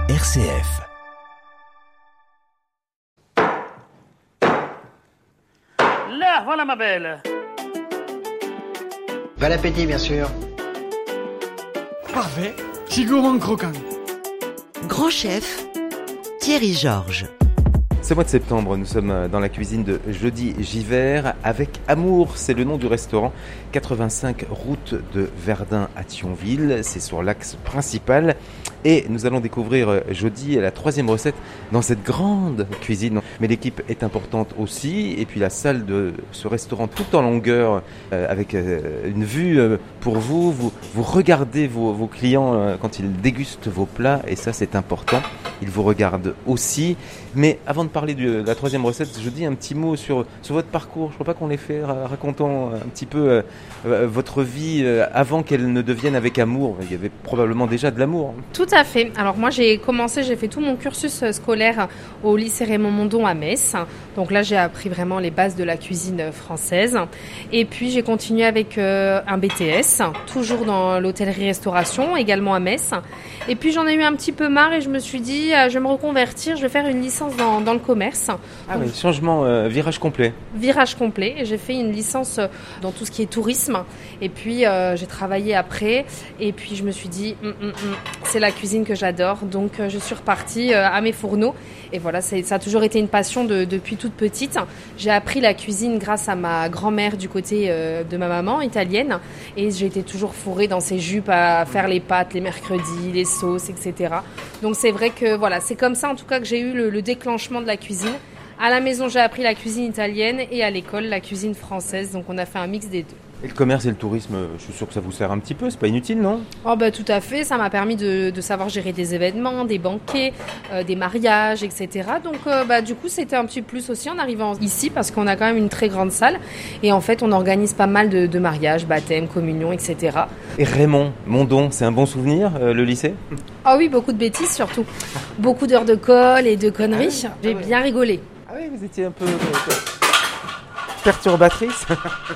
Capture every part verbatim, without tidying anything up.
R C F. Là, voilà ma belle. Bon appétit, bien sûr. Parfait, gigourmand croquant. Grand chef, Thierry Georges. Ce mois de septembre, nous sommes dans la cuisine de Jeudi Givert avec Amour, c'est le nom du restaurant, quatre-vingt-cinq route de Verdun à Thionville, c'est sur l'axe principal. Et nous allons découvrir jeudi la troisième recette dans cette grande cuisine. Mais l'équipe est importante aussi. Et puis la salle de ce restaurant tout en longueur euh, avec euh, une vue euh, pour vous. Vous, vous regardez vos, vos clients euh, quand ils dégustent vos plats. Et ça, c'est important. Ils vous regardent aussi. Mais avant de parler de la troisième recette, je dis un petit mot sur, sur votre parcours. Je ne crois pas qu'on l'ait fait, racontant un petit peu euh, euh, votre vie euh, avant qu'elle ne devienne avec amour. Il y avait probablement déjà de l'amour. Tout à fait. Alors moi j'ai commencé, j'ai fait tout mon cursus scolaire au lycée Raymond Mondon à Metz. Donc là j'ai appris vraiment les bases de la cuisine française. Et puis j'ai continué avec euh, un B T S, toujours dans l'hôtellerie-restauration, également à Metz. Et puis j'en ai eu un petit peu marre et je me suis dit euh, je vais me reconvertir, je vais faire une licence dans, dans le commerce. Ah oui, changement, euh, virage complet. Virage complet. Et j'ai fait une licence dans tout ce qui est tourisme. Et puis euh, j'ai travaillé après. Et puis je me suis dit mm, mm, mm, c'est la cuisine que j'adore, donc euh, je suis repartie euh, à mes fourneaux et voilà, c'est, ça a toujours été une passion de, depuis toute petite. J'ai appris la cuisine grâce à ma grand-mère du côté euh, de ma maman italienne et j'ai été toujours fourrée dans ses jupes à faire les pâtes les mercredis, les sauces, et cetera. Donc c'est vrai que voilà, c'est comme ça en tout cas que j'ai eu le, le déclenchement de la cuisine. À la maison, j'ai appris la cuisine italienne et à l'école, la cuisine française, donc on a fait un mix des deux. Et le commerce et le tourisme, je suis sûr que ça vous sert un petit peu, c'est pas inutile, non ? Oh bah tout à fait, ça m'a permis de, de savoir gérer des événements, des banquets, euh, des mariages, et cetera. Donc euh, bah du coup c'était un petit plus aussi en arrivant ici parce qu'on a quand même une très grande salle et en fait on organise pas mal de, de mariages, baptêmes, communions, et cetera. Et Raymond Mondon, c'est un bon souvenir, euh, le lycée ? Ah oui, beaucoup de bêtises surtout, beaucoup d'heures de colle et de conneries. Ah oui, J'ai ah oui. bien rigolé. Ah oui, vous étiez un peu euh, perturbatrice.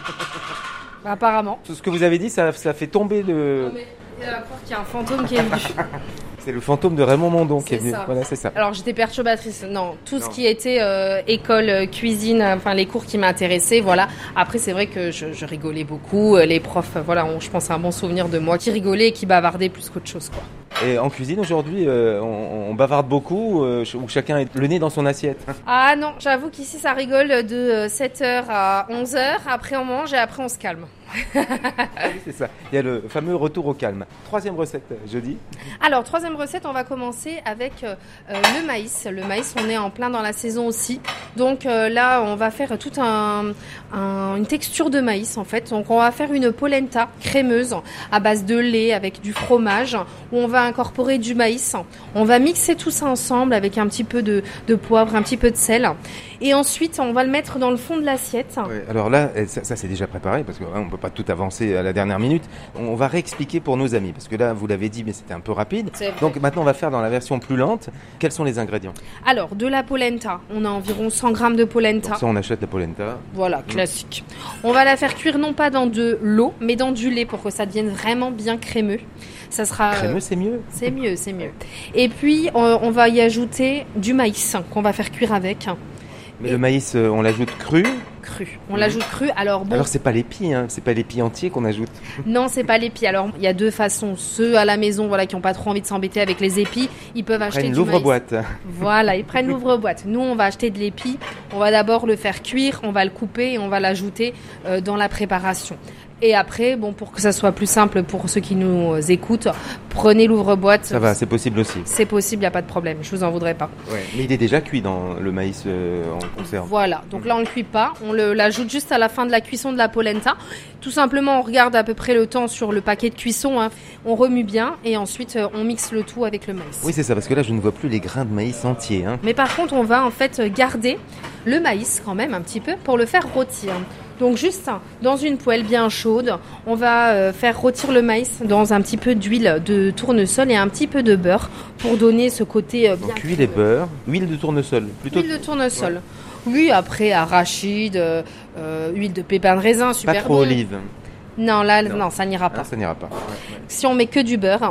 Bah, apparemment. Tout ce que vous avez dit, ça, ça fait tomber le... Non mais il y a la porte qu'il y a un fantôme qui est venu. C'est le fantôme de Raymond Mondon qui C'est est venu. ça. Voilà, c'est ça. Alors j'étais perturbatrice, non, tout Non. ce qui était euh, école, euh, cuisine, enfin les cours qui m'intéressaient, voilà. Après c'est vrai que je, je rigolais beaucoup, euh, les profs, euh, voilà, on, je pense à un bon souvenir de moi qui rigolait et qui bavardait plus qu'autre chose, quoi. Et en cuisine aujourd'hui, euh, on, on bavarde beaucoup, euh, où chacun est le nez dans son assiette. Ah non, j'avoue qu'ici ça rigole de euh, sept heures à onze heures, après on mange et après on se calme. Ah oui, c'est ça. Il y a le fameux retour au calme. Troisième recette, jeudi. Alors, troisième recette, on va commencer avec euh, le maïs. Le maïs, on est en plein dans la saison aussi. Donc euh, là, on va faire toute un, un, une texture de maïs en fait. Donc on va faire une polenta crémeuse à base de lait avec du fromage où on va incorporer du maïs. On va mixer tout ça ensemble avec un petit peu de, de poivre, un petit peu de sel. Et ensuite, on va le mettre dans le fond de l'assiette. Ouais, alors là, ça, ça c'est déjà préparé parce qu'on hein, ne peut pas tout avancer à la dernière minute. On va réexpliquer pour nos amis parce que là, vous l'avez dit, mais c'était un peu rapide. Donc maintenant, on va faire dans la version plus lente. Quels sont les ingrédients ? Alors, de la polenta, on a environ cent grammes de polenta. Donc ça, on achète la polenta. Voilà, classique. On va la faire cuire non pas dans de l'eau, mais dans du lait pour que ça devienne vraiment bien crémeux. Ça sera crémeux, c'est mieux. C'est mieux, c'est mieux. Et puis, on, on va y ajouter du maïs qu'on va faire cuire avec. Mais Et le maïs, euh, on l'ajoute cru. Cru. On mmh. l'ajoute cru. Alors bon. Alors c'est pas l'épi, hein. C'est pas l'épi entier qu'on ajoute. Non, c'est pas l'épi. Alors il y a deux façons. Ceux à la maison, voilà, qui n'ont pas trop envie de s'embêter avec les épis, ils peuvent acheter prennent du l'ouvre-boîte. maïs. Voilà, ils prennent l'ouvre-boîte. Nous, on va acheter de l'épi. On va d'abord le faire cuire, on va le couper et on va l'ajouter euh, dans la préparation. Et après, bon, pour que ça soit plus simple pour ceux qui nous écoutent, prenez l'ouvre-boîte. Ça va, c'est possible aussi. C'est possible, il n'y a pas de problème, je vous en voudrais pas. Ouais, mais il est déjà cuit dans le maïs euh, en conserve. Voilà, donc là on ne le cuit pas, on le, l'ajoute juste à la fin de la cuisson de la polenta. Tout simplement, on regarde à peu près le temps sur le paquet de cuisson, hein. On remue bien et ensuite on mixe le tout avec le maïs. Oui, c'est ça, parce que là je ne vois plus les grains de maïs entiers. Hein. Mais par contre, on va en fait garder le maïs quand même un petit peu pour le faire rôtir. Donc juste dans une poêle bien chaude, on va euh, faire rôtir le maïs dans un petit peu d'huile de tournesol et un petit peu de beurre pour donner ce côté euh, bien. Donc huile et beurre, huile de tournesol plutôt. Huile de tournesol. Ouais. Oui, après arachide, euh, euh, huile de pépins de raisin, super bon. Pas trop bon. olive. Non, là, non. non, ça n'ira pas. Ah, ça n'ira pas. Ouais, ouais. Si on met que du beurre.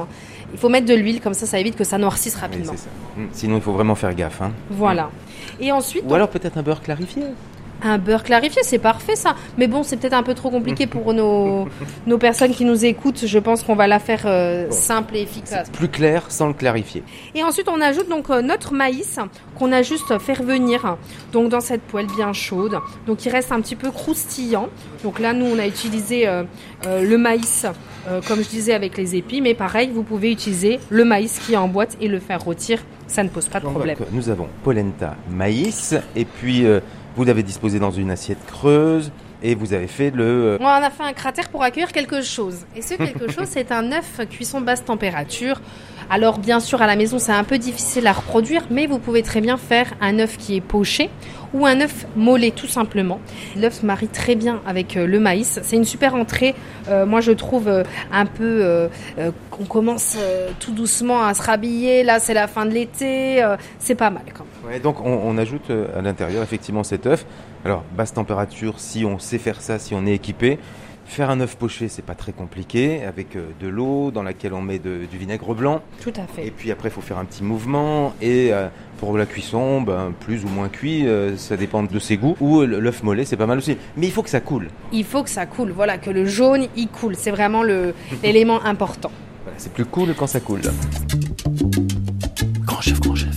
Il faut mettre de l'huile, comme ça, ça évite que ça noircisse rapidement. Oui, c'est ça. Hum, Sinon, il faut vraiment faire gaffe. Hein. Voilà. Et ensuite... Ou donc, alors peut-être un beurre clarifié. un beurre clarifié, c'est parfait ça. Mais bon, c'est peut-être un peu trop compliqué pour nos, nos personnes qui nous écoutent. Je pense qu'on va la faire euh, Bon. simple et efficace. Plus clair sans le clarifier. Et ensuite, on ajoute donc euh, notre maïs qu'on a juste fait revenir donc dans cette poêle bien chaude. Donc, il reste un petit peu croustillant. Donc là, nous, on a utilisé euh, euh, le maïs, euh, comme je disais, avec les épis. Mais pareil, vous pouvez utiliser le maïs qui est en boîte et le faire rôtir. Ça ne pose pas de problème. Donc, nous avons polenta maïs et puis euh, vous l'avez disposé dans une assiette creuse et vous avez fait le... euh, On a fait un cratère pour accueillir quelque chose. Et ce quelque chose, c'est un œuf cuisson basse température. Alors, bien sûr, à la maison, c'est un peu difficile à reproduire, mais vous pouvez très bien faire un œuf qui est poché ou un œuf mollet, tout simplement. L'œuf se marie très bien avec euh, le maïs. C'est une super entrée. Euh, moi, je trouve euh, un peu... Euh, euh, on commence euh, tout doucement à se rhabiller. Là, c'est la fin de l'été. Euh, c'est pas mal, quand même. ouais, donc on, on ajoute euh, à l'intérieur effectivement cet œuf. Alors basse température, si on sait faire ça, si on est équipé. Faire un œuf poché, c'est pas très compliqué, avec euh, de l'eau dans laquelle on met de- du vinaigre blanc. Tout à fait. Et puis après, il faut faire un petit mouvement. Et euh, pour la cuisson, ben, plus ou moins cuit, euh, ça dépend de ses goûts. Ou euh, l'œuf mollet, c'est pas mal aussi. Mais il faut que ça coule. Il faut que ça coule. Voilà, que le jaune, il coule. C'est vraiment le, l'élément important. Voilà, c'est plus cool quand ça coule. Grand chef, grand chef.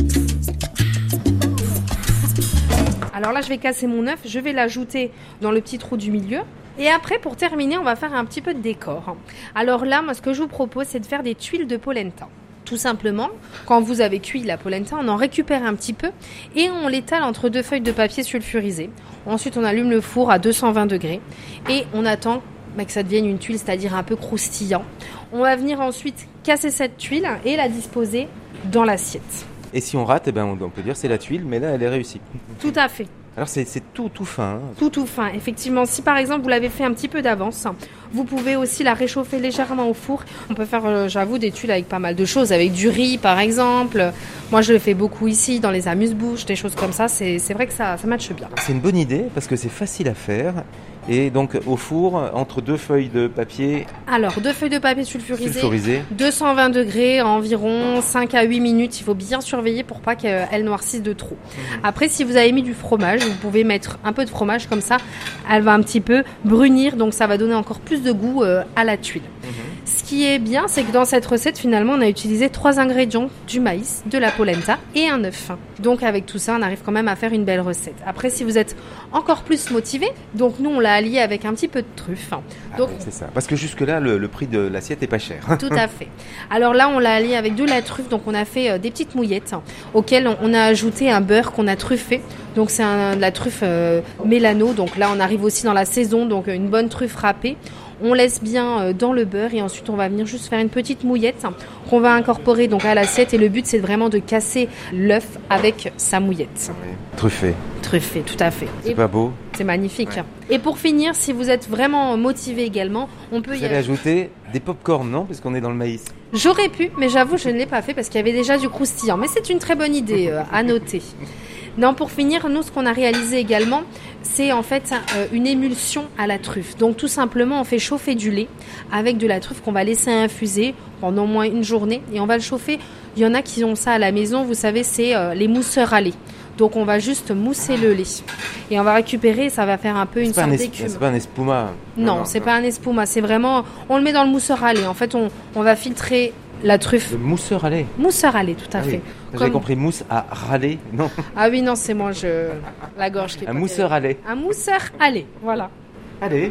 Alors là, je vais casser mon œuf, je vais l'ajouter dans le petit trou du milieu. Et après, pour terminer, on va faire un petit peu de décor. Alors là, moi, ce que je vous propose, c'est de faire des tuiles de polenta. Tout simplement, quand vous avez cuit la polenta, on en récupère un petit peu et on l'étale entre deux feuilles de papier sulfurisé. Ensuite, on allume le four à deux cent vingt degrés et on attend bah, que ça devienne une tuile, c'est-à-dire un peu croustillant. On va venir ensuite casser cette tuile et la disposer dans l'assiette. Et si on rate, eh ben, on, on peut dire c'est la tuile, mais là, elle est réussie. Tout à fait. Alors c'est, c'est tout, tout fin. hein. Tout tout fin, effectivement. Si par exemple vous l'avez fait un petit peu d'avance, vous pouvez aussi la réchauffer légèrement au four. On peut faire, euh, j'avoue, des tuiles avec pas mal de choses, avec du riz par exemple. Moi je le fais beaucoup ici, dans les amuse-bouches, des choses comme ça. C'est, c'est vrai que ça, ça matche bien. C'est une bonne idée parce que c'est facile à faire. Et donc au four, entre deux feuilles de papier Alors, deux feuilles de papier sulfurisé, sulfurisé. deux cent vingt degrés, environ cinq à huit minutes. Il faut bien surveiller pour pas qu'elle noircisse de trop. Après, si vous avez mis du fromage, vous pouvez mettre un peu de fromage comme ça. Elle va un petit peu brunir, donc ça va donner encore plus de goût euh, à la tuile. Ce qui est bien, c'est que dans cette recette, finalement, on a utilisé trois ingrédients, du maïs, de la polenta et un œuf. Donc avec tout ça, on arrive quand même à faire une belle recette. Après, si vous êtes encore plus motivé, donc nous, on l'a allié avec un petit peu de truffe. Ah Donc oui, c'est ça. Parce que jusque-là, le, le prix de l'assiette est pas cher. tout à fait. Alors là, on l'a allié avec de la truffe. Donc, on a fait euh, des petites mouillettes auxquelles on, on a ajouté un beurre qu'on a truffé. Donc, c'est un, de la truffe euh, Mélano. Donc là, on arrive aussi dans la saison. Donc, une bonne truffe râpée. On laisse bien euh, dans le beurre et ensuite, on va venir juste faire une petite mouillette qu'on va incorporer donc à l'assiette. Et le but, c'est vraiment de casser l'œuf avec sa mouillette. Oui. Truffé. Truffé, tout à fait. C'est Et pas beau. c'est magnifique. Ouais. Et pour finir, si vous êtes vraiment motivé également, on peut Vous y allez ajouter... ajouter des pop-corn, non? Puisqu'on est dans le maïs. J'aurais pu, mais j'avoue, je ne l'ai pas fait parce qu'il y avait déjà du croustillant. Mais c'est une très bonne idée euh, à noter. Non, pour finir, nous, ce qu'on a réalisé également, c'est en fait euh, une émulsion à la truffe. Donc, tout simplement, on fait chauffer du lait avec de la truffe qu'on va laisser infuser pendant au moins une journée. Et on va le chauffer. Il y en a qui ont ça à la maison. Vous savez, c'est euh, les mousseurs à lait. Donc, on va juste mousser le lait. Et on va récupérer, ça va faire un peu une C'est pas, un sorte es- d'écume. c'est pas un espuma. Non, c'est pas un espuma. C'est vraiment... On le met dans le mousseur à lait. En fait, on, on va filtrer la truffe. Le mousseur à lait. Mousseur à lait, tout à Ah oui. fait. J'avais Comme- compris mousse à râler. Non, Ah oui, non, c'est moi, je... la gorge qui est un pas mousseur à lait. terrible. Un mousseur à lait, voilà. Allez.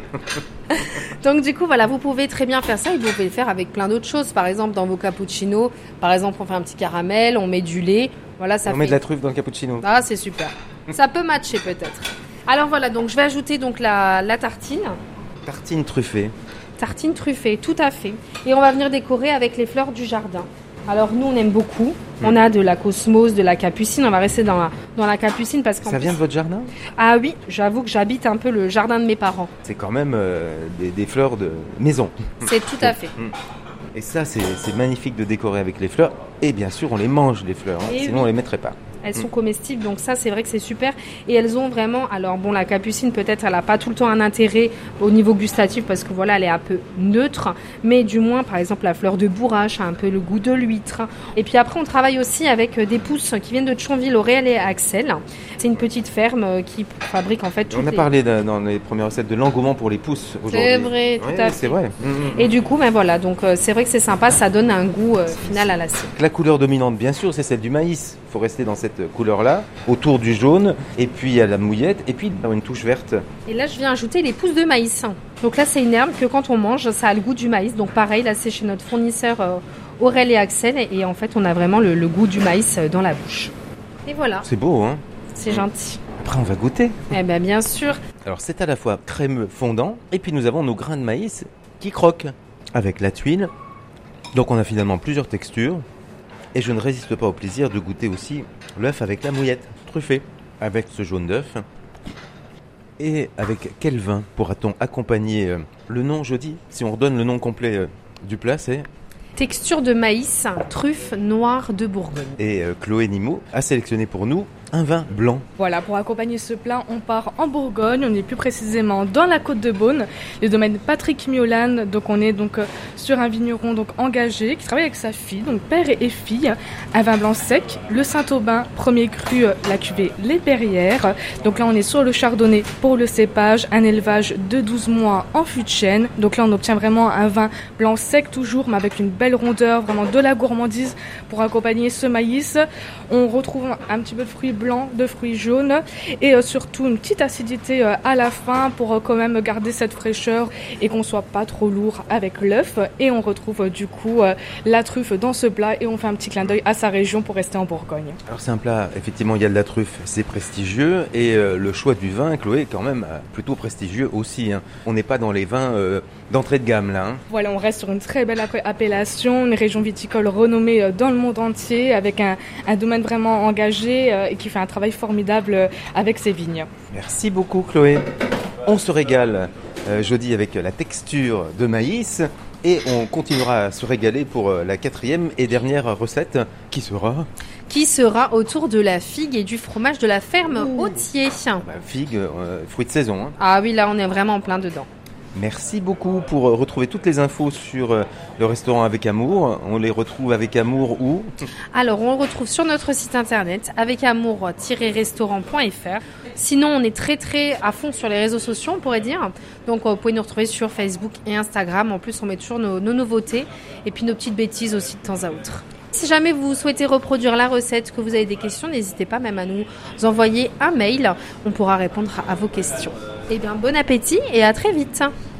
Donc du coup, voilà, vous pouvez très bien faire ça et vous pouvez le faire avec plein d'autres choses. Par exemple, dans vos cappuccinos, par exemple, on fait un petit caramel, on met du lait. Voilà, ça On fait... met de la truffe dans le cappuccino. Ah, c'est super. Ça peut matcher peut-être. Alors voilà, donc je vais ajouter donc la, la tartine. Tartine truffée. Tartine truffée, tout à fait. Et on va venir décorer avec les fleurs du jardin. Alors nous, on aime beaucoup. On a de la cosmos, de la capucine. On va rester dans la, dans la capucine parce qu'en Ça plus- vient de votre jardin? Ah oui, j'avoue que j'habite un peu le jardin de mes parents. C'est quand même euh, des, des fleurs de maison. C'est tout à fait. Et ça, c'est c'est magnifique de décorer avec les fleurs. Et bien sûr, on les mange, les fleurs. hein. Et Sinon, oui. on les mettrait pas. Elles sont Mm. comestibles, donc ça c'est vrai que c'est super. Et elles ont vraiment, alors bon, la capucine peut-être elle n'a pas tout le temps un intérêt au niveau gustatif parce que voilà, elle est un peu neutre, mais du moins par exemple la fleur de bourrache a un peu le goût de l'huître. Et puis après on travaille aussi avec des pousses qui viennent de Thionville, Auréal et Axel. C'est une petite ferme qui fabrique en fait toutes On a les... parlé de- dans les premières recettes de l'engouement pour les pousses aujourd'hui. C'est vrai, tout Ouais, à c'est fait. vrai. Mm, mm, Et mm. du coup, ben voilà, donc euh, c'est vrai que c'est sympa, ça donne un goût euh, final à l'assiette. La couleur dominante, bien sûr, c'est celle du maïs. Il faut rester dans cette couleur-là, autour du jaune, et puis il y a la mouillette, et puis une touche verte. Et là, je viens ajouter les pousses de maïs. Donc là, c'est une herbe que quand on mange, ça a le goût du maïs. Donc pareil, là, c'est chez notre fournisseur euh, Auréal et Axel. Et en fait, on a vraiment le, le goût du maïs euh, dans la bouche. Et voilà, C'est beau, hein? c'est gentil. Après, on va goûter. Eh bien, bien sûr. Alors, c'est à la fois crémeux, fondant, et puis nous avons nos grains de maïs qui croquent avec la tuile. Donc, on a finalement plusieurs textures. Et je ne résiste pas au plaisir de goûter aussi l'œuf avec la mouillette, truffé, avec ce jaune d'œuf. Et avec quel vin pourra-t-on accompagner euh, le nom, je dis, si on redonne le nom complet euh, du plat, c'est... Texture de maïs, truffe noire de Bourgogne. Et euh, Chloé Nimmo a sélectionné pour nous un vin blanc. Voilà, pour accompagner ce plat, on part en Bourgogne, on est plus précisément dans la Côte de Beaune, les domaines Patrick Miolan. Donc on est donc euh, sur un vigneron donc engagé qui travaille avec sa fille, donc père et fille. Un vin blanc sec, le Saint-Aubin, premier cru, euh, la cuvée Les Perrières. Donc là on est sur le chardonnay pour le cépage, un élevage de douze mois en fût de chêne. Donc là on obtient vraiment un vin blanc sec toujours, mais avec une belle rondeur, vraiment de la gourmandise pour accompagner ce maïs. On retrouve un petit peu de fruits blancs, de fruits jaunes et euh, surtout une petite acidité euh, à la fin pour euh, quand même garder cette fraîcheur et qu'on soit pas trop lourd avec l'œuf. Et on retrouve euh, du coup euh, la truffe dans ce plat et on fait un petit clin d'œil à sa région pour rester en Bourgogne. Alors c'est un plat, effectivement il y a de la truffe, c'est prestigieux et euh, le choix du vin, Chloé, est quand même euh, plutôt prestigieux aussi. Hein. On n'est pas dans les vins euh, d'entrée de gamme là. Hein. Voilà, on reste sur une très belle app- appellation, une région viticole renommée euh, dans le monde entier avec un, un domaine vraiment engagé euh, et qui fait un travail formidable euh, avec ses vignes. Merci beaucoup Chloé. On se régale euh, jeudi avec la texture de maïs et on continuera à se régaler pour euh, la quatrième et dernière recette qui sera Qui sera autour de la figue et du fromage de la ferme Autier. bah, figue, euh, fruit de saison. Hein. Ah oui, là on est vraiment en plein dedans. Merci beaucoup pour euh, retrouver toutes les infos sur euh, le restaurant Avec Amour. On les retrouve avec Amour où? Alors, on le retrouve sur notre site internet avec amour tiret restaurant point f r. Sinon, on est très très à fond sur les réseaux sociaux, on pourrait dire. Donc, vous pouvez nous retrouver sur Facebook et Instagram. En plus, on met toujours nos, nos nouveautés et puis nos petites bêtises aussi de temps à autre. Si jamais vous souhaitez reproduire la recette, que vous avez des questions, n'hésitez pas même à nous envoyer un mail. On pourra répondre à vos questions. Eh bien, bon appétit et à très vite.